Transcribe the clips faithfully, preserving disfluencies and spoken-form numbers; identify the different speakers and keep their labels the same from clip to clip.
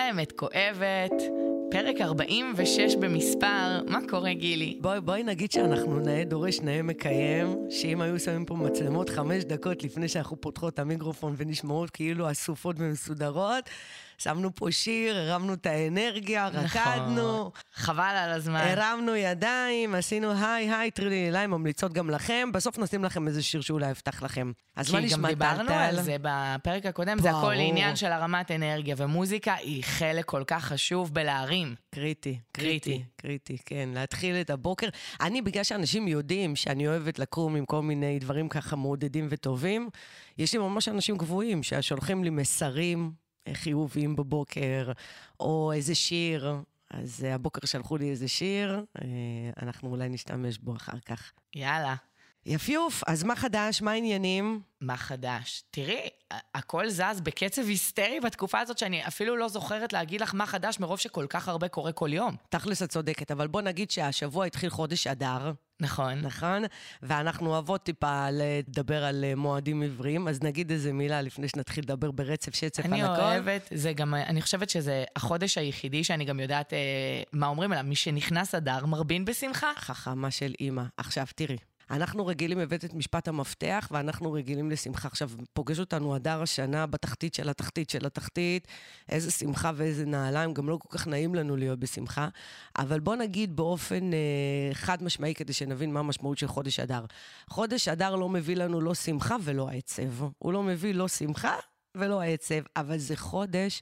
Speaker 1: האמת כואבת, פרק ארבעים ושש במספר, מה קורה גילי?
Speaker 2: בואי, בואי נגיד שאנחנו נאה דורש נאה מקיים, שאם היו שמים פה מצלמות חמש דקות לפני שאנחנו פותחות את המיקרופון ונשמעות כאילו אסופות ומסודרות, שמנו פה שיר, הרמנו את האנרגיה, רקדנו.
Speaker 1: חבל על הזמן.
Speaker 2: הרמנו ידיים, עשינו היי היי, טרילי לילה, ממליצות גם לכם, בסוף נשים לכם איזה שיר שאולי יפתח לכם. אז מה נשמע
Speaker 1: כי גם דיברנו על זה בפרק הקודם, זה הכל עניין של הרמת אנרגיה, ומוזיקה היא חלק כל כך חשוב בלהרים.
Speaker 2: קריטי, קריטי, קריטי, כן, להתחיל את הבוקר. אני, בגלל שאנשים יודעים שאני אוהבת לקום עם כל מיני דברים ככה מעודדים וטובים, יש לי ממש אנשים גבוהים ששולחים לי מסרים חיוביים בבוקר, או איזה שיר. אז הבוקר שלחו לי איזה שיר, אנחנו אולי נשתמש בו אחר כך.
Speaker 1: יאללה.
Speaker 2: יפיוף, אז מה חדש? מה העניינים?
Speaker 1: מה חדש? תראי, הכל זז בקצב היסטרי בתקופה הזאת שאני אפילו לא זוכרת להגיד לך מה חדש מרוב שכל כך הרבה קורה כל יום.
Speaker 2: תכלס את צודקת, אבל בוא נגיד שהשבוע התחיל חודש אדר.
Speaker 1: נכון.
Speaker 2: נכון? ואנחנו אוהבות טיפה לדבר על מועדים עבריים, אז נגיד איזה מילה לפני שנתחיל לדבר ברצף שצף על הכל.
Speaker 1: אני אוהבת, זה גם, אני חושבת שזה החודש היחידי שאני גם יודעת אה, מה אומרים עליו, מי שנכנס אדר מרבין בשמחה.
Speaker 2: חכמה של אמא. עכשיו תראי. אנחנו רגילים הבאת את משפט המפתח, ואנחנו רגילים לשמחה. עכשיו, פוגש אותנו אדר השנה בתחתית של התחתית של התחתית, איזה שמחה ואיזה נעליים, גם לא כל כך נעים לנו להיות בשמחה, אבל בוא נגיד באופן אה, חד משמעי, כדי שנבין מה המשמעות של חודש אדר. חודש אדר לא מביא לנו לא שמחה ולא עצב. הוא לא מביא לא שמחה ולא עצב, אבל זה חודש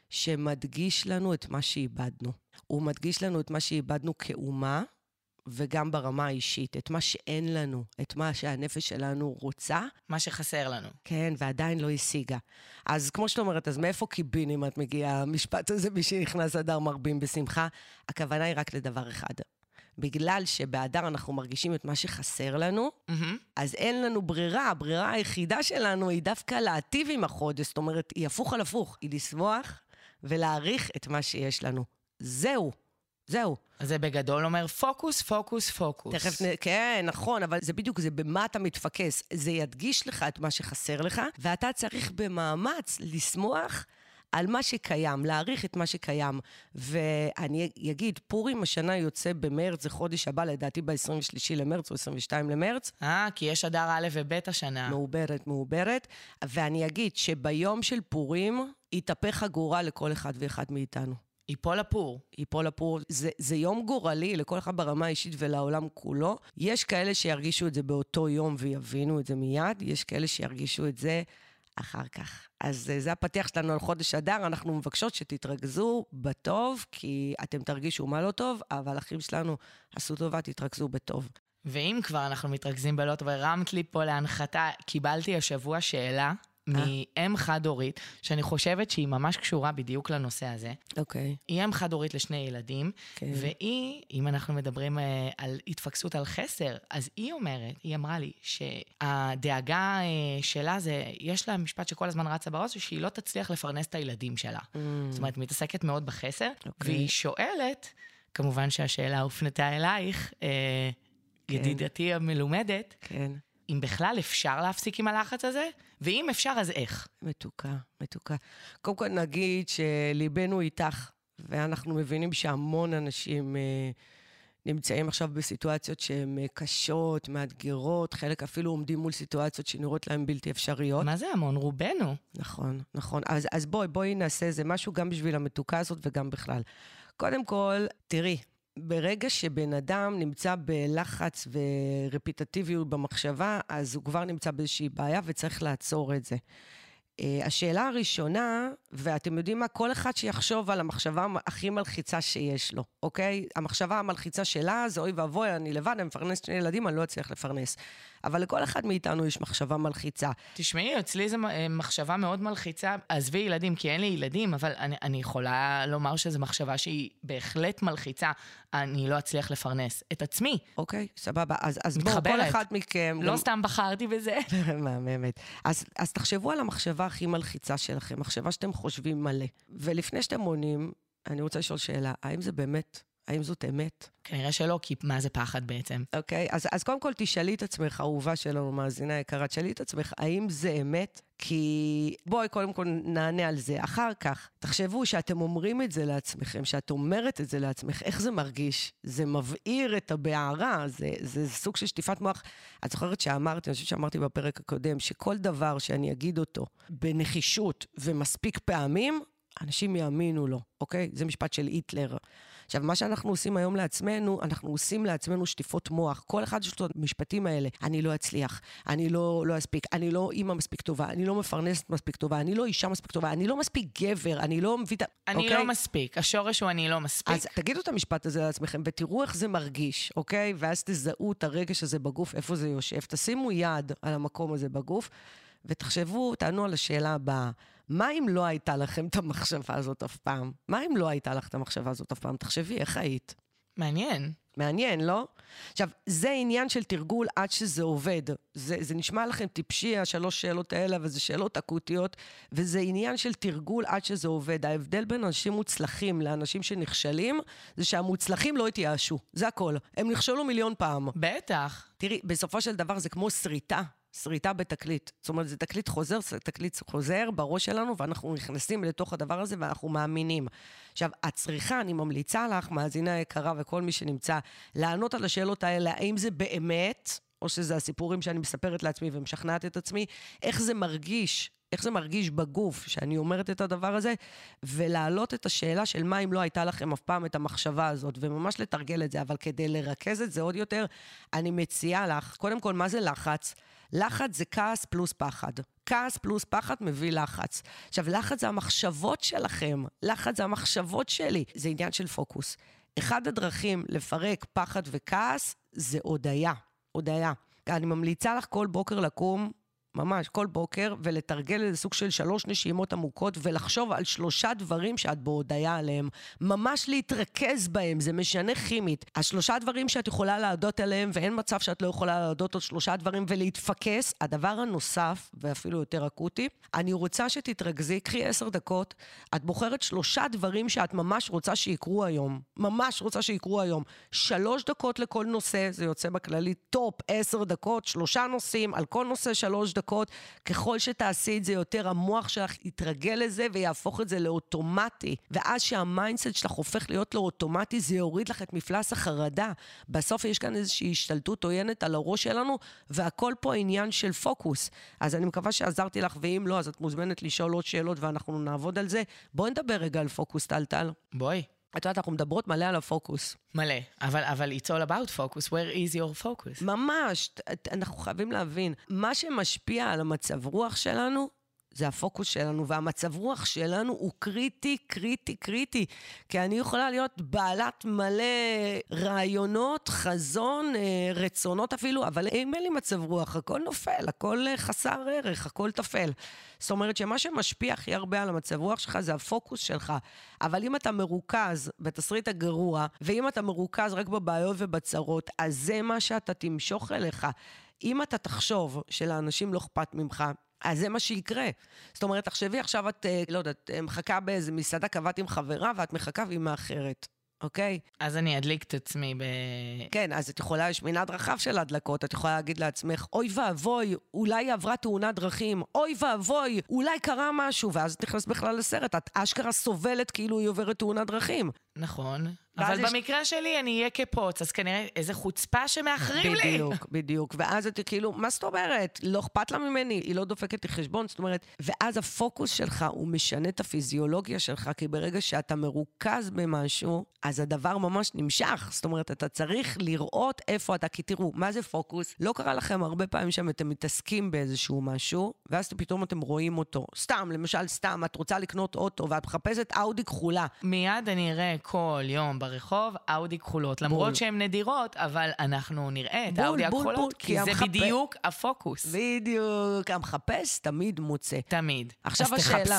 Speaker 2: שמדגיש לנו את מה שאיבדנו. הוא מדגיש לנו את מה שאיבדנו כאומה, וגם ברמה האישית, את מה שאין לנו, את מה שהנפש שלנו רוצה.
Speaker 1: מה שחסר לנו.
Speaker 2: כן, ועדיין לא השיגה. אז כמו שאת אומרת, אז מאיפה קיבין אם את מגיעה, המשפט הזה, מי שנכנס אדר מרבים בשמחה? הכוונה היא רק לדבר אחד. בגלל שבאדר אנחנו מרגישים את מה שחסר לנו, mm-hmm. אז אין לנו ברירה, הברירה היחידה שלנו היא דווקא להטיב עם החודש, זאת אומרת, היא הפוך על הפוך, היא לשמוח ולהעריך את מה שיש לנו. זהו. זהו.
Speaker 1: אז זה בגדול אומר פוקוס, פוקוס, פוקוס.
Speaker 2: תכף, כן, נכון, אבל זה בדיוק, זה במה אתה מתפקס. זה ידגיש לך את מה שחסר לך, ואתה צריך במאמץ לשמוח על מה שקיים, להעריך את מה שקיים. ואני אגיד, פורים השנה יוצא במרץ, זה חודש הבא, לדעתי ב-עשרים ושלושה למרץ או עשרים ושניים למרץ.
Speaker 1: אה, כי יש אדר א' וב' השנה.
Speaker 2: מעוברת, מעוברת. ואני אגיד שביום של פורים, יתהפך הגורל לכל אחד ואחד מאיתנו.
Speaker 1: יפול הפור.
Speaker 2: יפול הפור. זה, זה יום גורלי לכל אחד ברמה האישית ולעולם כולו. יש כאלה שירגישו את זה באותו יום ויבינו את זה מיד. יש כאלה שירגישו את זה אחר כך. אז זה הפתיח שלנו על חודש אדר. אנחנו מבקשות שתתרכזו בטוב, כי אתם תרגישו מה לא טוב, אבל אחים שלנו עשו טובה, תתרכזו בטוב.
Speaker 1: ואם כבר אנחנו מתרכזים בלא טוב, הרמת לי פה להנחתה, קיבלתי השבוע שאלה, מאם חד-הורית, שאני חושבת שהיא ממש קשורה בדיוק לנושא הזה.
Speaker 2: אוקיי.
Speaker 1: היא אם חד-הורית לשני ילדים,
Speaker 2: כן.
Speaker 1: והיא, אם אנחנו מדברים אה, על התפקסות על חסר, אז היא אומרת, היא אמרה לי, שהדאגה אה, שלה זה, יש לה משפט שכל הזמן רצה בראש, שהיא לא תצליח לפרנס את הילדים שלה. Mm. זאת אומרת, מתעסקת מאוד בחסר, אוקיי. והיא שואלת, כמובן שהשאלה הופנתה אלייך, אה, כן. ידידתי המלומדת,
Speaker 2: כן.
Speaker 1: אם בכלל אפשר להפסיק עם הלחץ הזה, ואם אפשר, אז איך?
Speaker 2: מתוקה, מתוקה. קודם כל נגיד שליבנו איתך, ואנחנו מבינים שהמון אנשים אה, נמצאים עכשיו בסיטואציות שהן קשות, מאתגרות, חלק אפילו עומדים מול סיטואציות שנראות להם בלתי אפשריות.
Speaker 1: מה זה המון? רובנו.
Speaker 2: נכון, נכון. אז, אז בואי, בואי נעשה איזה משהו גם בשביל המתוקה הזאת וגם בכלל. קודם כל, תראי, ברגע שבן אדם נמצא בלחץ ורפיטטיביות במחשבה, אז הוא כבר נמצא באיזושהי בעיה וצריך לעצור את זה. השאלה הראשונה, ואתם יודעים מה, כל אחד שיחשוב על המחשבה הכי מלחיצה שיש לו, אוקיי? המחשבה המלחיצה שלה זה אוי ואבוי, אני לבד, אני מפרנס שני ילדים, אני לא אצליח לפרנס. אבל לכל אחד מאיתנו יש מחשבה מלחיצה.
Speaker 1: תשמעי, אצלי זו מחשבה מאוד מלחיצה, עזבי ילדים, כי אין לי ילדים, אבל אני, אני יכולה לומר שזו מחשבה שהיא בהחלט מלחיצה, אני לא אצליח לפרנס את עצמי.
Speaker 2: אוקיי, סבבה. אז, אז בואו, כל אחד מכם...
Speaker 1: לא גם... סתם בחרתי בזה.
Speaker 2: מהממת. אז, אז תחשבו על המחשבה הכי מלחיצה שלכם, מחשבה שאתם חושבים מלא. ולפני שאתם עונים, אני רוצה לשאול שאלה, האם זה באמת, האם זאת אמת?
Speaker 1: כנראה שלא, כי מה זה פחד בעצם?
Speaker 2: אוקיי, אז, אז קודם כל תשאלי את עצמך, אהובה שלנו, מאזינה יקרה, תשאלי את עצמך, האם זה אמת? כי בואי קודם כל נענה על זה. אחר כך, תחשבו שאתם אומרים את זה לעצמכם, שאת אומרת את זה לעצמך, איך זה מרגיש? זה מבעיר את הבערה, זה, זה סוג של שטיפת מוח. את זוכרת שאמרתי, אני חושבת שאמרתי בפרק הקודם, שכל דבר שאני אגיד אותו בנחישות ומספיק פעמים, אנשים יאמינו לו, אוקיי? זה משפט של היטלר. עכשיו, מה שאנחנו עושים היום לעצמנו, אנחנו עושים לעצמנו שטיפות מוח. כל אחד יש לו את המשפטים האלה. אני לא אצליח, אני לא, לא אספיק, אני לא אימא מספיק טובה, אני לא מפרנסת מספיק טובה, אני לא אישה מספיק טובה, אני לא מספיק גבר, אני לא מביא...
Speaker 1: אני
Speaker 2: אוקיי?
Speaker 1: לא מספיק, השורש הוא אני לא מספיק.
Speaker 2: אז תגידו את המשפט הזה לעצמכם, ותראו איך זה מרגיש, אוקיי? ואז תזהו את הרגש הזה בגוף, איפה זה יושב. תשימו יד על המקום הזה בגוף, ותחשבו, תענו על השאלה הבאה. מה אם לא הייתה לכם את המחשבה הזאת אף פעם? מה אם לא הייתה לך את המחשבה הזאת אף פעם? תחשבי, איך היית?
Speaker 1: מעניין.
Speaker 2: מעניין, לא? עכשיו, זה עניין של תרגול עד שזה עובד. זה, זה נשמע לכם טיפשי, השלוש שאלות האלה, וזה שאלות אקוטיות, וזה עניין של תרגול עד שזה עובד. ההבדל בין אנשים מוצלחים לאנשים שנכשלים, זה שהמוצלחים לא התייאשו. זה הכל. הם נכשלו מיליון פעם.
Speaker 1: בטח.
Speaker 2: תראי, בסופו של דבר זה כמו שריטה. שריטה בתקליט. זאת אומרת, זה תקליט חוזר, זה תקליט חוזר בראש שלנו, ואנחנו נכנסים לתוך הדבר הזה, ואנחנו מאמינים. עכשיו, הצריכה, אני ממליצה לך, מאזינה יקרה וכל מי שנמצא, לענות על השאלות האלה, האם זה באמת, או שזה הסיפורים שאני מספרת לעצמי ומשכנעת את עצמי, איך זה מרגיש, איך זה מרגיש בגוף, שאני אומרת את הדבר הזה, ולהעלות את השאלה של מה אם לא הייתה לכם אף פעם את המחשבה הזאת, וממש לתרגל את זה, אבל כדי לרכז את זה עוד יותר, אני מציעה לך, קודם כל, מה זה לחץ? לחץ זה כעס פלוס פחד. כעס פלוס פחד מביא לחץ. עכשיו, לחץ זה המחשבות שלכם. לחץ זה המחשבות שלי. זה עניין של פוקוס. אחד הדרכים לפרק פחד וכעס זה הודיה. הודיה. אני ממליצה לך כל בוקר לקום, ממש, כל בוקר, ולתרגל איזה סוג של שלוש נשימות עמוקות, ולחשוב על שלושה דברים שאת בהודיה עליהם. ממש להתרכז בהם, זה משנה כימית. השלושה דברים שאת יכולה להודות עליהם, ואין מצב שאת לא יכולה להודות על שלושה דברים, ולהתפקס. הדבר הנוסף, ואפילו יותר אקוטי, אני רוצה שתתרכזי, קחי עשר דקות, את בוחרת שלושה דברים שאת ממש רוצה שיקרו היום. ממש רוצה שיקרו היום. שלוש דקות לכל נושא, זה יוצא בכללי טופ, עשר דקות, שלושה נושאים, על כל נושא שלוש דקות. ככל שתעשי את זה יותר, המוח שלך יתרגל לזה ויהפוך את זה לאוטומטי. ואז שהמיינדסט שלך הופך להיות לאוטומטי, זה יוריד לך את מפלס החרדה. בסוף יש כאן איזושהי השתלטות עוינת על הראש שלנו, והכל פה עניין של פוקוס. אז אני מקווה שעזרתי לך, ואם לא, אז את מוזמנת לשאול עוד שאלות ואנחנו נעבוד על זה. בואי נדבר רגע על פוקוס, טל-טל.
Speaker 1: בואי.
Speaker 2: את יודעת, אנחנו מדברות מלא על הפוקוס.
Speaker 1: מלא, אבל, אבל it's all about focus. Where is your focus?
Speaker 2: ממש, אנחנו חייבים להבין. מה שמשפיע על המצב רוח שלנו, זה הפוקוס שלנו, והמצב רוח שלנו הוא קריטי, קריטי, קריטי. כי אני יכולה להיות בעלת מלא רעיונות, חזון, רצונות אפילו, אבל אם אין לי מצב רוח, הכל נופל, הכל חסר ערך, הכל תפל. זאת אומרת שמה שמשפיע הכי הרבה על המצב רוח שלך זה הפוקוס שלך. אבל אם אתה מרוכז בתסריט הגרוע, ואם אתה מרוכז רק בבעיות ובצרות, אז זה מה שאתה תמשוך אליך. אם אתה תחשוב שלאנשים לא אכפת ממך, אז זה מה שיקרה. זאת אומרת, תחשבי, עכשיו את, לא יודעת, מחכה באיזה מסעדה, קבעת עם חברה, ואת מחכה והיא מאחרת. אוקיי?
Speaker 1: אז אני אדליק את עצמי ב...
Speaker 2: כן, אז את יכולה, יש מנעד רחב של הדלקות, את יכולה להגיד לעצמך, אוי ואבוי, אולי היא עברה תאונת דרכים, אוי ואבוי, אולי קרה משהו, ואז את נכנס בכלל לסרט, את אשכרה סובלת כאילו היא עוברת תאונת דרכים.
Speaker 1: נכון, אבל יש... במקרה שלי אני אהיה כפוץ, אז כנראה איזה חוצפה שמאחרים לי.
Speaker 2: בדיוק, בדיוק, ואז את כאילו, מה זאת אומרת? לא אכפת לה ממני, היא לא דופקת לי חשבון, זאת אומרת, ואז הפוקוס שלך הוא משנה את הפיזיולוגיה שלך, כי ברגע שאתה מרוכז במשהו, אז הדבר ממש נמשך, זאת אומרת, אתה צריך לראות איפה אתה, כי תראו, מה זה פוקוס? לא קרה לכם הרבה פעמים שאתם מתעסקים באיזשהו משהו, ואז פתאום אתם רואים אותו. סתם, למשל, סתם, את רוצה לקנות אוטו, ואת מחפשת אאודי כחולה.
Speaker 1: מיד אני אראה כל יום ברחוב אאודי כחולות, למרות שהן נדירות, אבל אנחנו נראה את האאודי הכחולות, כי זה בדיוק הפוקוס.
Speaker 2: בדיוק, המחפש תמיד מוצא.
Speaker 1: תמיד.
Speaker 2: עכשיו
Speaker 1: אז
Speaker 2: השאלה.
Speaker 1: תחפשו,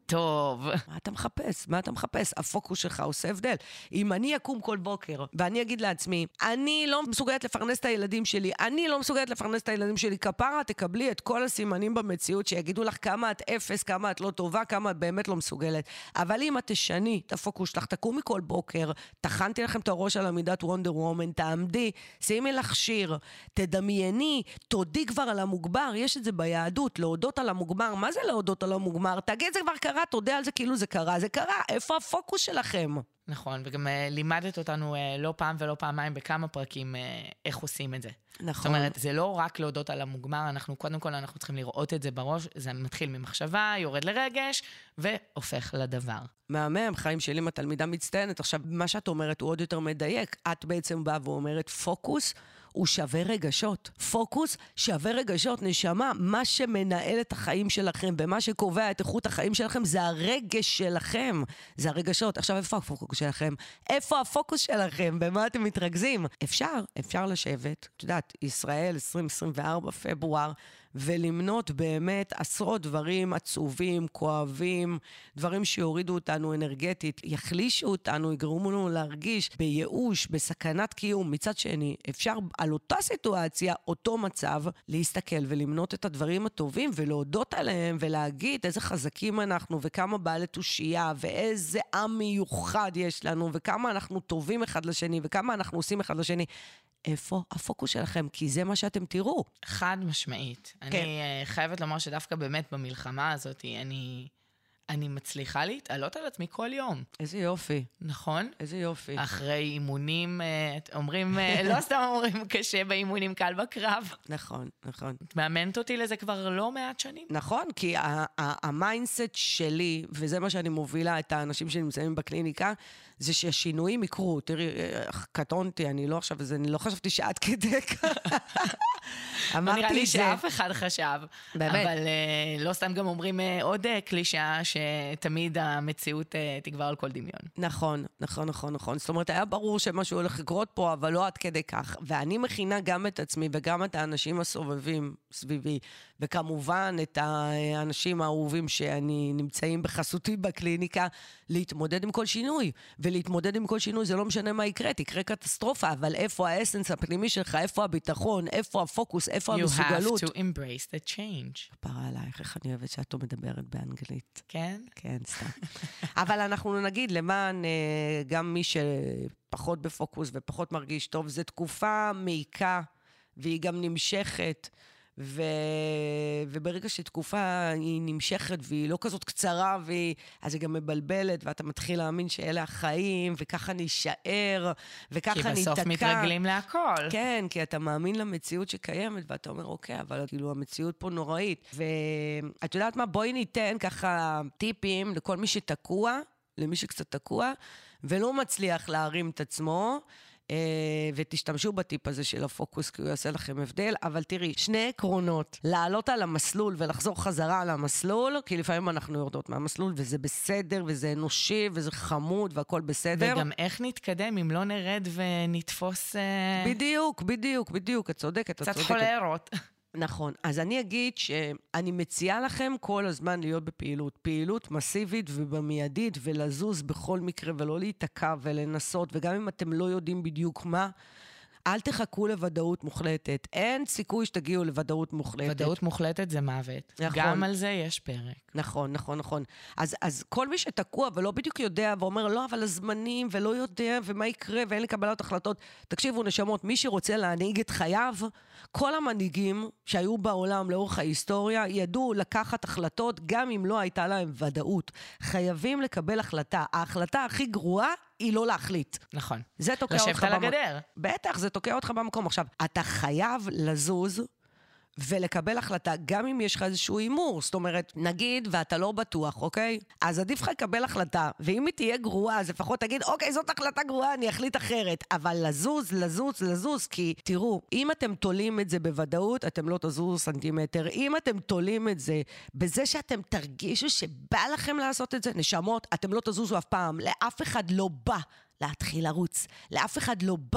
Speaker 1: טוב.
Speaker 2: מה אתה מחפש? מה אתה מחפש? הפוקוס שלך עושה הבדל. אם אני אקום כל בוקר, ואני אגיד לעצמי, אני לא מסוגלת לפרנס את הילדים שלי, אני לא מסוגלת לפרנס את הילדים שלי, כפרה, תקבלי את כל הסימנים במציאות שיגידו לך כמה את אפס, כמה את לא טובה, כמה את באמת לא מסוגלת. אבל אם את תשני את הפוקוס שלך, תקומי כל בוקר, תכנתי לכם את הראש על עמידת וונדר וומן, תעמדי, שימי לך שיר, תדמייני, תודי כבר על המוגבר, יש את זה ביהדות, להודות על המוגבר. מה זה להודות על המוגבר? תגיד, זה כבר קרה, תודה על זה כאילו זה קרה. זה קרה, איפה הפוקוס שלכם?
Speaker 1: נכון, וגם uh, לימדת אותנו uh, לא פעם ולא פעמיים בכמה פרקים uh, איך עושים את זה.
Speaker 2: נכון.
Speaker 1: זאת אומרת, זה לא רק להודות על המוגמר, אנחנו קודם כל אנחנו צריכים לראות את זה בראש, זה מתחיל ממחשבה, יורד לרגש, והופך לדבר.
Speaker 2: מהמם, חיים שלי עם התלמידה מצטיינת. עכשיו, מה שאת אומרת הוא עוד יותר מדייק. את בעצם באה ואומרת, פוקוס הוא שווה רגשות. פוקוס שווה רגשות, נשמה. מה שמנהל את החיים שלכם, ומה שקובע את איכות החיים שלכם, זה הרגש שלכם. זה הרגשות. עכשיו, איפה הפוקוס שלכם? איפה הפוקוס שלכם? במה אתם מתרכזים? אפשר, אפשר לשבת. את יודעת, ישראל עשרים עשרים וארבע, פברואר, ולמנות באמת עשרות דברים עצובים, כואבים, דברים שיורידו אותנו אנרגטית, יחלישו אותנו, יגרמו לנו להרגיש בייאוש, בסכנת קיום. מצד שני, אפשר על אותה סיטואציה, אותו מצב, להסתכל ולמנות את הדברים הטובים ולהודות עליהם ולהגיד איזה חזקים אנחנו וכמה בעלי תושייה ואיזה עם מיוחד יש לנו וכמה אנחנו טובים אחד לשני וכמה אנחנו עושים אחד לשני. איפה הפוקוס שלכם? כי זה מה שאתם תראו.
Speaker 1: חד משמעית. כן. אני uh, חייבת לומר שדווקא באמת במלחמה הזאת, אני, אני מצליחה להתעלות על עצמי כל יום.
Speaker 2: איזה יופי.
Speaker 1: נכון?
Speaker 2: איזה יופי.
Speaker 1: אחרי אימונים, uh, אומרים, uh, לא סתם אומרים קשה באימונים, קל בקרב.
Speaker 2: נכון, נכון.
Speaker 1: את מאמנת אותי לזה כבר לא מעט שנים.
Speaker 2: נכון, כי המיינדסט שלי, וזה מה שאני מובילה את האנשים שנמצאים בקליניקה, זה שהשינויים יקרו. תראי, קטונתי, אני לא עכשיו, אני לא חשבתי שעד כדי כך.
Speaker 1: אמרתי נראה לי שאף אחד חשב.
Speaker 2: באמת.
Speaker 1: אבל לא סתם גם אומרים עוד קלישה, שתמיד המציאות תגבר על כל דמיון.
Speaker 2: נכון, נכון, נכון, נכון. זאת אומרת, היה ברור שמשהו הולך לקרות פה, אבל לא עד כדי כך. ואני מכינה גם את עצמי וגם את האנשים הסובבים סביבי, וכמובן את האנשים האהובים שאני נמצאים בחסותי בקליניקה, להתמודד עם כל שינוי. ולהתמודד עם כל שינוי, זה לא משנה מה יקרה, תקרה קטסטרופה, אבל איפה האסנס הפנימי שלך, איפה הביטחון, איפה הפוקוס, איפה המסוגלות.
Speaker 1: You have to embrace the change.
Speaker 2: פרה עלייך, איך אני אוהבת שאת לא מדברת באנגלית.
Speaker 1: כן?
Speaker 2: כן, סתם. אבל אנחנו נגיד, למען גם מי שפחות בפוקוס ופחות מרגיש טוב, זו תקופה מעיקה, והיא גם נמשכת, ו... וברגע שתקופה היא נמשכת והיא לא כזאת קצרה, והיא... אז היא גם מבלבלת, ואתה מתחיל להאמין שאלה החיים, וככה נשאר, וככה ניתקע.
Speaker 1: כי בסוף מתרגלים להכל.
Speaker 2: כן, כי אתה מאמין למציאות שקיימת, ואתה אומר, אוקיי, אבל כאילו המציאות פה נוראית. ואת יודעת מה? בואי ניתן ככה טיפים לכל מי שתקוע, למי שקצת תקוע, ולא מצליח להרים את עצמו, ותשתמשו בטיפ הזה של הפוקוס, כי הוא יעשה לכם הבדל. אבל תראי, שני עקרונות, לעלות על המסלול ולחזור חזרה על המסלול, כי לפעמים אנחנו יורדות מהמסלול, וזה בסדר, וזה אנושי, וזה חמוד, והכל בסדר.
Speaker 1: וגם איך נתקדם אם לא נרד ונתפוס...
Speaker 2: בדיוק, בדיוק, בדיוק, את צודקת, את צודקת.
Speaker 1: קצת חולרות.
Speaker 2: נכון, אז אני אגיד שאני מציעה לכם כל הזמן להיות בפעילות, פעילות מסיבית ובמיידית, ולזוז בכל מקרה ולא להתעכב ולנסות, וגם אם אתם לא יודעים בדיוק מה, אל תחכו לוודאות מוחלטת. אין סיכוי שתגיעו לוודאות מוחלטת.
Speaker 1: ודאות מוחלטת זה מוות. נכון. גם על זה יש פרק.
Speaker 2: נכון, נכון, נכון. אז, אז כל מי שתקוע ולא בדיוק יודע ואומר, לא, אבל הזמנים ולא יודע ומה יקרה ואין לי קבלת החלטות. תקשיבו, נשמות, מי שרוצה להנהיג את חייו, כל המנהיגים שהיו בעולם לאורך ההיסטוריה ידעו לקחת החלטות גם אם לא הייתה להם ודאות. חייבים לקבל החלטה. ההחלטה הכי גרועה היא לא להחליט.
Speaker 1: נכון.
Speaker 2: זה תוקע אותך
Speaker 1: לשבת על הגדר.
Speaker 2: בטח, זה תוקע אותך במקום. עכשיו, אתה חייב לזוז ולקבל החלטה, גם אם יש לך איזשהו אימור, זאת אומרת, נגיד, ואתה לא בטוח, אוקיי? אז עדיף לך לקבל החלטה, ואם היא תהיה גרועה, אז לפחות תגיד, אוקיי, זאת החלטה גרועה, אני אחליט אחרת. אבל לזוז, לזוז, לזוז, כי תראו, אם אתם תולים את זה בוודאות, אתם לא תזוזו סנטימטר. אם אתם תולים את זה בזה שאתם תרגישו שבא לכם לעשות את זה, נשמות, אתם לא תזוזו אף פעם. לאף אחד לא בא להתחיל לרוץ. לאף אחד לא בא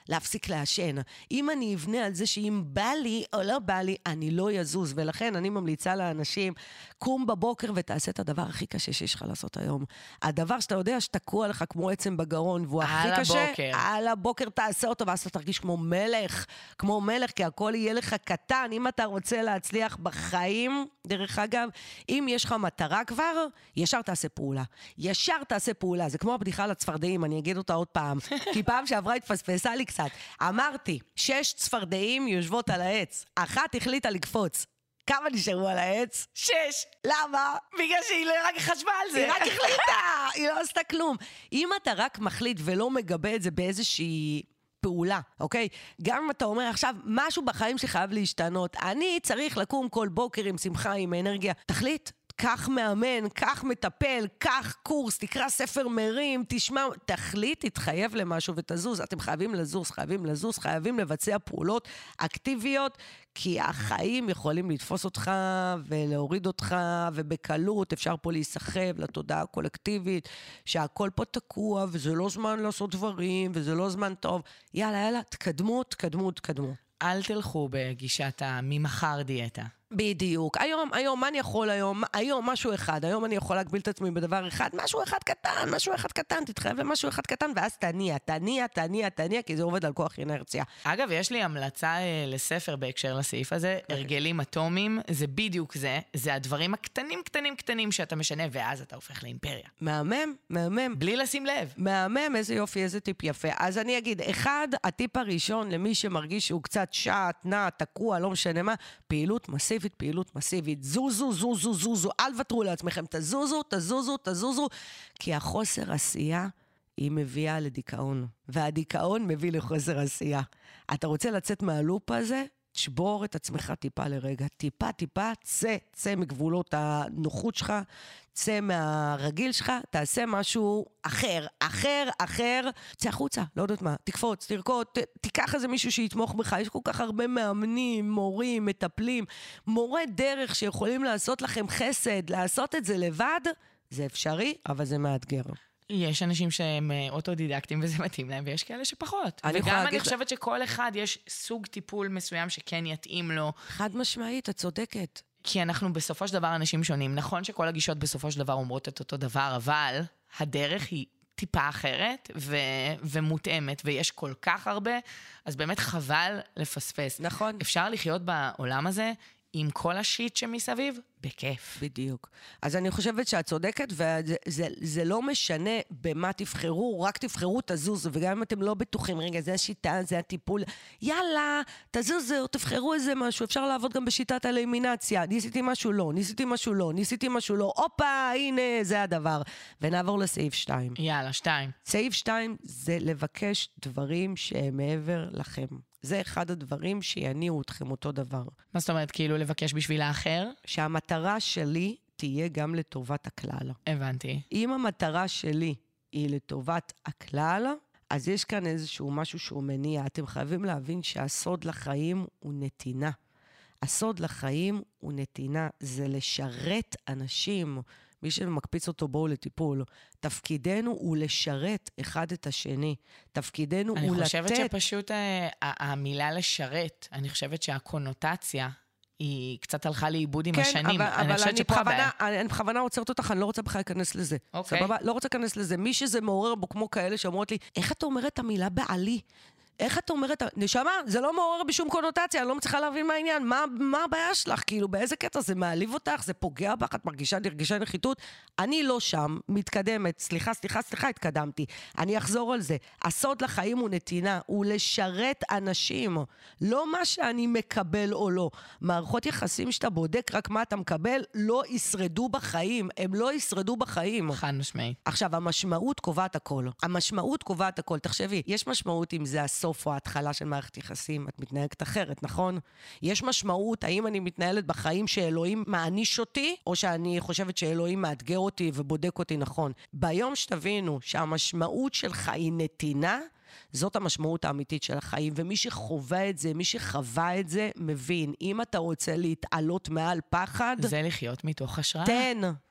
Speaker 2: להפסיק לעשן. אם אני אבנה על זה שאם בא לי או לא בא לי, אני לא יזוז. ולכן אני ממליצה לאנשים, קום בבוקר ותעשה את הדבר הכי קשה שיש לך לעשות היום. הדבר שאתה יודע שתקוע לך כמו עצם בגרון, והוא הכי קשה,
Speaker 1: הבוקר.
Speaker 2: על הבוקר תעשה אותו, ואז אתה תרגיש כמו מלך, כמו מלך, כי הכל יהיה לך קטן. אם אתה רוצה להצליח בחיים, דרך אגב, אם יש לך מטרה כבר, ישר תעשה פעולה. ישר תעשה פעולה. זה כמו הבדיחה על הצפרדעים, אני אגיד אותה עוד פעם. כי פעם שעברה התפספסה לי קצת. אמרתי, שש צפרדעים יושבות על העץ. אחת החליטה לקפוץ. כמה נשארו על העץ?
Speaker 1: שש.
Speaker 2: למה?
Speaker 1: בגלל שהיא לא רק חשבה על זה.
Speaker 2: היא רק החליטה, היא לא עשתה כלום. אם אתה רק מחליט ולא מגבה את זה באיזושהי פעולה, אוקיי? גם אם אתה אומר עכשיו, משהו בחיים שחייב להשתנות, אני צריך לקום כל בוקר עם שמחה, עם אנרגיה. תחליט. כך מאמן, כך מטפל, כך קורס, תקרא ספר מרים, תשמע, תחליט, תתחייב למשהו ותזוז. אתם חייבים לזוז, חייבים לזוז, חייבים לבצע פעולות אקטיביות, כי החיים יכולים לתפוס אותך ולהוריד אותך, ובקלות אפשר פה להיסחב לתודעה הקולקטיבית, שהכל פה תקוע, וזה לא זמן לעשות דברים, וזה לא זמן טוב. יאללה, יאללה, תקדמו, תקדמו, תקדמו.
Speaker 1: אל תלכו בגישת הממחר דיאטה.
Speaker 2: בדיוק. היום, היום, מה אני יכול היום? היום, משהו אחד. היום אני יכול להגביל את עצמי בדבר אחד. משהו אחד קטן, משהו אחד קטן. תתחייב למשהו אחד קטן, ואז תניע, תניע, תניע, תניע, כי זה עובד על כוח אינרציה.
Speaker 1: אגב, יש לי המלצה אה, לספר בהקשר לסעיף הזה. Okay. הרגלים אטומיים, זה בדיוק זה. זה הדברים הקטנים, קטנים, קטנים שאתה משנה, ואז אתה הופך לאימפריה.
Speaker 2: מהמם, מהמם.
Speaker 1: בלי לשים לב.
Speaker 2: מהמם, איזה יופי, איזה טיפ יפה. אז אני אגיד, אחד, הטיפ הראשון למי שמרגיש שהוא קצת שעת, נע, תקוע, לא משנה מה, פעילות מסיבית, פעילות מסיבית. זוזו, זוזו, זוזו. אל ותרו לעצמכם. תזוזו, תזוזו, תזוזו. כי החוסר עשייה היא מביאה לדיכאון. והדיכאון מביא לחוסר עשייה. אתה רוצה לצאת מהלופ הזה? תשבור את עצמך טיפה לרגע. טיפה, טיפה, צא, צא מגבולות הנוחות שלך, צא מהרגיל שלך, תעשה משהו אחר, אחר, אחר, צא החוצה, לא יודעת מה, תקפוץ, תרקוד, ת, תיקח איזה מישהו שיתמוך בך, יש כל כך הרבה מאמנים, מורים, מטפלים, מורי דרך שיכולים לעשות לכם חסד, לעשות את זה לבד, זה אפשרי, אבל זה מאתגר.
Speaker 1: יש אנשים שהם אוטודידקטים וזה מתאים להם, ויש כאלה שפחות.
Speaker 2: אני
Speaker 1: וגם אני
Speaker 2: להגיד...
Speaker 1: חושבת שכל אחד יש סוג טיפול מסוים שכן יתאים לו.
Speaker 2: חד משמעית, את צודקת.
Speaker 1: כי אנחנו בסופו של דבר אנשים שונים. נכון שכל הגישות בסופו של דבר אומרות את אותו דבר, אבל הדרך היא טיפה אחרת ו- ומותאמת, ויש כל כך הרבה, אז באמת חבל לפספס.
Speaker 2: נכון.
Speaker 1: אפשר לחיות בעולם הזה עם כל השיט שמסביב, בכיף.
Speaker 2: בדיוק. אז אני חושבת שאת צודקת, וזה זה, זה לא משנה במה תבחרו, רק תבחרו, תזוזו, וגם אם אתם לא בטוחים, רגע, זה השיטה, זה הטיפול, יאללה, תזוזו, תבחרו איזה משהו, אפשר לעבוד גם בשיטת האלימינציה, ניסיתי משהו לא, ניסיתי משהו לא, ניסיתי משהו לא, הופה, הנה, זה הדבר. ונעבור לסעיף שתיים.
Speaker 1: יאללה, שתיים.
Speaker 2: סעיף שתיים זה לבקש דברים שהם מעבר לכם. זה אחד הדברים שיניעו אתכם אותו דבר.
Speaker 1: מה זאת אומרת, כאילו לבקש בשביל האחר?
Speaker 2: שהמטרה שלי תהיה גם לטובת הכלל.
Speaker 1: הבנתי.
Speaker 2: אם המטרה שלי היא לטובת הכלל, אז יש כאן איזשהו משהו שהוא מניע. אתם חייבים להבין שהסוד לחיים הוא נתינה. הסוד לחיים הוא נתינה. זה לשרת אנשים. מי שמקפיץ אותו בואו לטיפול. תפקידנו הוא לשרת אחד את השני. תפקידנו הוא לתת...
Speaker 1: אני חושבת שפשוט אה, המילה לשרת, אני חושבת שהקונוטציה היא קצת הלכה לאיבוד עם
Speaker 2: כן,
Speaker 1: השנים.
Speaker 2: אבל,
Speaker 1: אני
Speaker 2: אבל אני, בכוונה, אני, אני בכוונה עוצרת אותך, אני לא רוצה בכלל להיכנס לזה.
Speaker 1: אוקיי.
Speaker 2: סבבה? לא רוצה להיכנס לזה. מי שזה מעורר בו כמו כאלה שאומרות לי, איך את אומרת את המילה בעלי? איך את אומרת, נשמה, זה לא מעורר בשום קונוטציה, אני לא מצליחה להבין מה העניין, מה, מה הבעיה שלך, כאילו, באיזה קטע, זה מעליב אותך, זה פוגע בך, את מרגישה, נרגישה נחיתות, אני לא שם, מתקדמת, סליחה, סליחה, סליחה, התקדמתי, אני אחזור על זה, הסוד לחיים הוא נתינה, הוא לשרת אנשים, לא מה שאני מקבל או לא, מערכות יחסים שאתה בודק רק מה אתה מקבל, לא ישרדו בחיים, הם לא ישרדו בחיים.
Speaker 1: חד משמעית.
Speaker 2: עכשיו, המשמעות קובעת הכל, המשמעות קובעת הכל, תחשבי, יש משמעות אם זה הסוד, או ההתחלה של מערכת יחסים, את מתנהגת אחרת, נכון? יש משמעות, האם אני מתנהלת בחיים שאלוהים מעניש אותי, או שאני חושבת שאלוהים מאתגר אותי ובודק אותי נכון. ביום שתבינו שהמשמעות שלך היא נתינה, זאת המשמעות האמיתית של החיים, ומי שחווה את זה, מי שחווה את זה, מבין, אם אתה רוצה להתעלות מעל פחד,
Speaker 1: זה לחיות מתוך השראה.
Speaker 2: תן,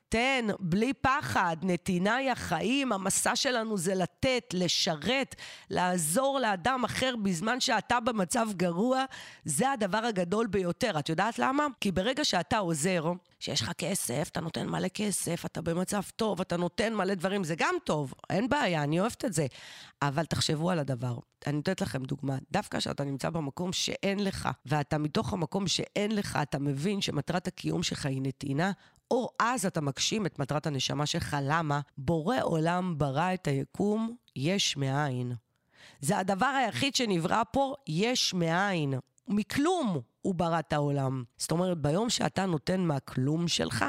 Speaker 2: תן, בלי פחד, נתינה היא החיים, המסע שלנו זה לתת, לשרת, לעזור לאדם אחר בזמן שאתה במצב גרוע, זה הדבר הגדול ביותר. את יודעת למה? כי ברגע שאתה עוזר, שיש לך כסף, אתה נותן מלא כסף, אתה במצב טוב, אתה נותן מלא דברים, זה גם טוב, אין בעיה, אני אוהבת את זה. אבל תחשבו על הדבר. אני נותנת לכם דוגמה, דווקא שאתה נמצא במקום שאין לך, ואתה מתוך המקום שאין לך, אתה מבין שמטרת הקיום שלך היא נתינה, או אז אתה מגשים את מטרת הנשמה שלך. למה? בורא עולם ברא את היקום יש מאין. זה הדבר היחיד שנברא פה יש מאין. מכלום הוא ברא את העולם. זאת אומרת, ביום שאתה נותן מהכלום שלך,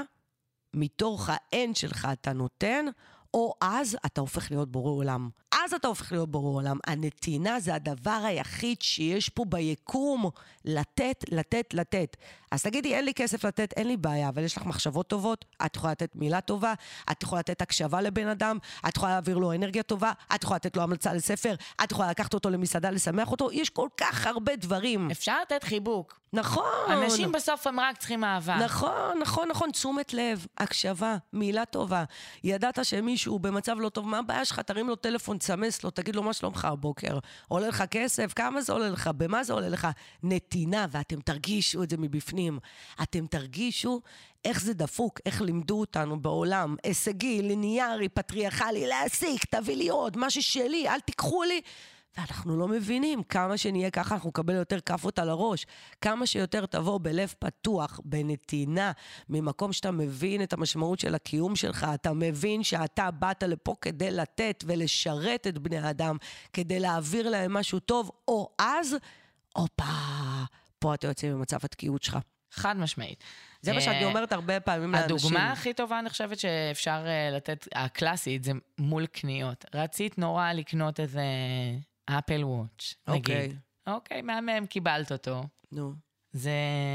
Speaker 2: מתוך האין שלך אתה נותן, או אז אתה הופך להיות בורא עולם. אז אתה הופך להיות בורא עולם. הנתינה זה הדבר היחיד שיש פה ביקום, לתת, לתת, לתת. אז תגידי, אין לי כסף לתת, אין לי בעיה, אבל יש לך מחשבות טובות, את יכולה לתת מילה טובה, את יכולה לתת הקשבה לבן אדם, את יכולה להעביר לו אנרגיה טובה, את יכולה לתת לו המלצה לספר, את יכולה לקחת אותו למסעדה, לשמח אותו, יש כל כך הרבה דברים.
Speaker 1: אפשר לתת חיבוק.
Speaker 2: נכון.
Speaker 1: אנשים בסוף הם רק צריכים אהבה.
Speaker 2: נכון, נכון, נכון, תשומת לב, הקשבה, מילה טובה. ידעת שמישהו במצב לא טוב, מה הבעיה שלך? תרים לו טלפון, תסמס לו, תגיד לו מה שלומך הבוקר. עולה לך כסף? כמה זה עולה לך? במה זה עולה לך? נתינה, ואתם תרגישו את זה מבפנים. אתם תרגישו איך זה דפוק, איך לימדו אותנו בעולם. הישגי, ליניארי, פטריארכלי, להסיק, תביא לי עוד, מה ששלי, אל תיקחו לי. ואנחנו לא מבינים, כמה שנהיה ככה אנחנו נקבל יותר כפות על הראש, כמה שיותר תבוא בלב פתוח, בנתינה, ממקום שאתה מבין את המשמעות של הקיום שלך, אתה מבין שאתה באת לפה כדי לתת ולשרת את בני האדם, כדי להעביר להם משהו טוב, או אז, אופה, פה אתה יוצא ממצב התקיעות שלך.
Speaker 1: חד משמעית.
Speaker 2: זה מה שאני אומרת הרבה פעמים לאנשים.
Speaker 1: הדוגמה הכי טובה, אני חושבת שאפשר לתת, הקלאסית, זה מול קניות. רצית נורא לקנות איזה אפל וואץ', נגיד. אוקיי, מהמם, קיבלת אותו. נו. זה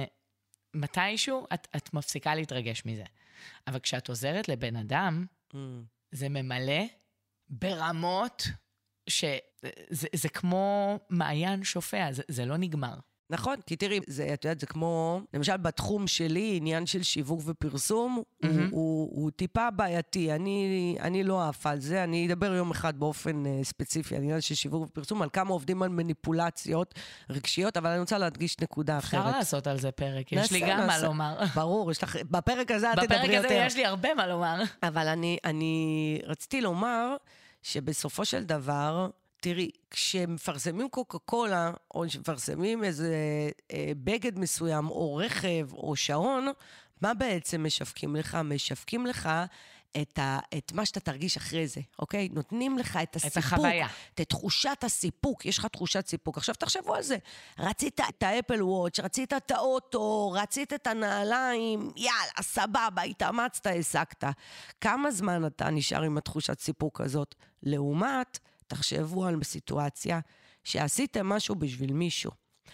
Speaker 1: מתישהו, את, את מפסיקה להתרגש מזה. אבל כשאת עוזרת לבן אדם, mm. זה ממלא ברמות שזה זה, זה כמו מעיין שופע, זה, זה לא נגמר.
Speaker 2: נכון, כי תראי, זה, את יודעת, זה כמו, למשל בתחום שלי, עניין של שיווק ופרסום, mm-hmm. הוא, הוא, הוא טיפה בעייתי, אני, אני לא אהב על זה, אני אדבר יום אחד באופן uh, ספציפי, עניין של שיווק ופרסום, על כמה עובדים על מניפולציות רגשיות, אבל אני רוצה להדגיש נקודה אחרת.
Speaker 1: אפשר לעשות על זה פרק, יש לי גם מה לומר.
Speaker 2: ברור, יש לך, בפרק הזה את תדברי יותר.
Speaker 1: בפרק הזה יש לי הרבה מה לומר.
Speaker 2: אבל אני, אני רציתי לומר, שבסופו של דבר, תראי, כשמפרסמים קוקה קולה, או שמפרסמים איזה אה, בגד מסוים, או רכב, או שעון, מה בעצם משווקים לך? משווקים לך את, ה, את מה שאתה תרגיש אחרי זה, אוקיי? נותנים לך את הסיפוק. את
Speaker 1: החוויה.
Speaker 2: את תחושת הסיפוק, יש לך תחושת סיפוק. עכשיו תחשבו על זה. רצית את האפל וואץ', רצית את האוטו, רצית את הנעליים, יאללה, סבבה, התאמצת, העסקת. כמה זמן אתה נשאר עם התחושת סיפוק הזאת? לעומת, תחשבו על סיטואציה שעשיתם משהו בשביל מישהו.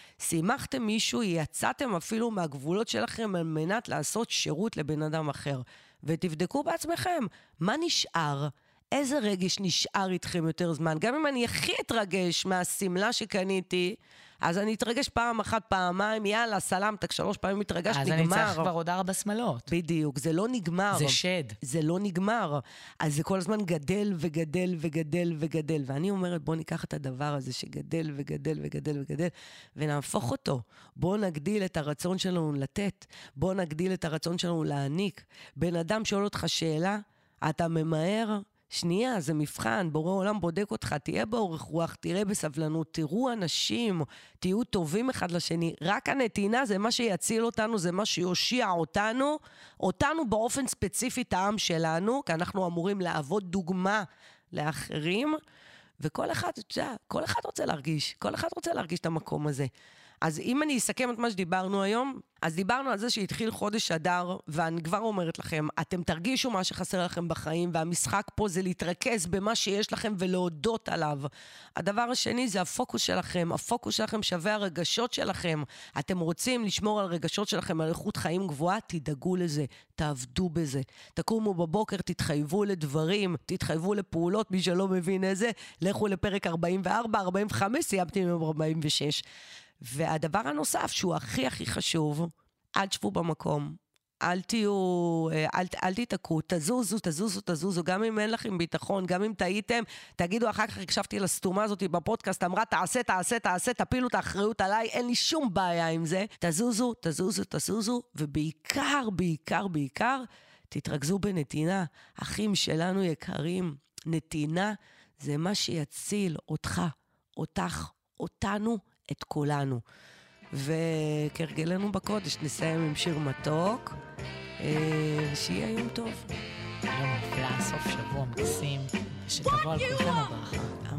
Speaker 2: שימחתם מישהו, יצאתם אפילו מהגבולות שלכם על מנת לעשות שירות לבן אדם אחר. ותבדקו בעצמכם, מה נשאר? איזה רגש נשאר איתכם יותר זמן? גם אם אני הכי אתרגש מהסמלה שקניתי, אז אני אתרגש פעם אחת, פעמיים, יאללה, סלמת, שלוש פעמים התרגש,
Speaker 1: אז
Speaker 2: נגמר.
Speaker 1: אז אני צריך כבר עוד ארבע שמלות.
Speaker 2: בדיוק, זה לא נגמר.
Speaker 1: זה שד.
Speaker 2: זה לא נגמר. אז זה כל הזמן גדל וגדל וגדל וגדל. ואני אומרת, בוא ניקח את הדבר הזה שגדל וגדל וגדל וגדל, ונהפוך אותו. בוא נגדיל את הרצון שלנו לתת. בוא נגדיל את הרצון שלנו להעניק. בן אדם שואל אותך שאלה, אתה ממהר, שנייה, זה מבחן, בורא עולם בודק אותך, תהיה באורך רוח, תראה בסבלנות, תראו אנשים, תהיו טובים אחד לשני. רק הנתינה זה מה שיציל אותנו, זה מה שיושיע אותנו, אותנו באופן ספציפי, את העם שלנו, כי אנחנו אמורים לעבוד דוגמה לאחרים, וכל אחד, כל אחד רוצה להרגיש, כל אחד רוצה להרגיש את המקום הזה. אז אם אני אסכם את מה שדיברנו היום, אז דיברנו על זה שהתחיל חודש אדר, ואני כבר אומרת לכם, אתם תרגישו מה שחסר לכם בחיים, והמשחק פה זה להתרכז במה שיש לכם ולהודות עליו. הדבר השני זה הפוקוס שלכם, הפוקוס שלכם שווה הרגשות שלכם. אתם רוצים לשמור על רגשות שלכם, על איכות חיים גבוהה, תדאגו לזה, תעבדו בזה. תקומו בבוקר, תתחייבו לדברים, תתחייבו לפעולות, מי שלא מבין איזה, לכו לפרק ארבעים וארבע, ארבעים וחמש, סיימתי עם ארבעים ושש. והדבר הנוסף שהוא הכי הכי חשוב, עד שבו במקום, אל תהיו, אל, אל תתעקו, תזוזו, תזוזו, תזוזו, גם אם אין לכם ביטחון, גם אם טעיתם, תגידו, אחר כך הקשבתי לסתומה הזאת בפודקאסט, אמרה, תעשה, תעשה, תעשה, תפילו את האחריות עליי, אין לי שום בעיה עם זה. תזוזו, תזוזו, תזוזו, ובעיקר, בעיקר, בעיקר, תתרכזו בנתינה. אחים שלנו יקרים, נתינה זה מה שיציל אותך, אותך, אותנו, את כולנו. וכרגלנו בקודש נסיים עם שיר מתוק, שיהיה יום טוב.
Speaker 1: יום נפלא, סוף שבוע מקסים, שתבוא על כולכם הברכה.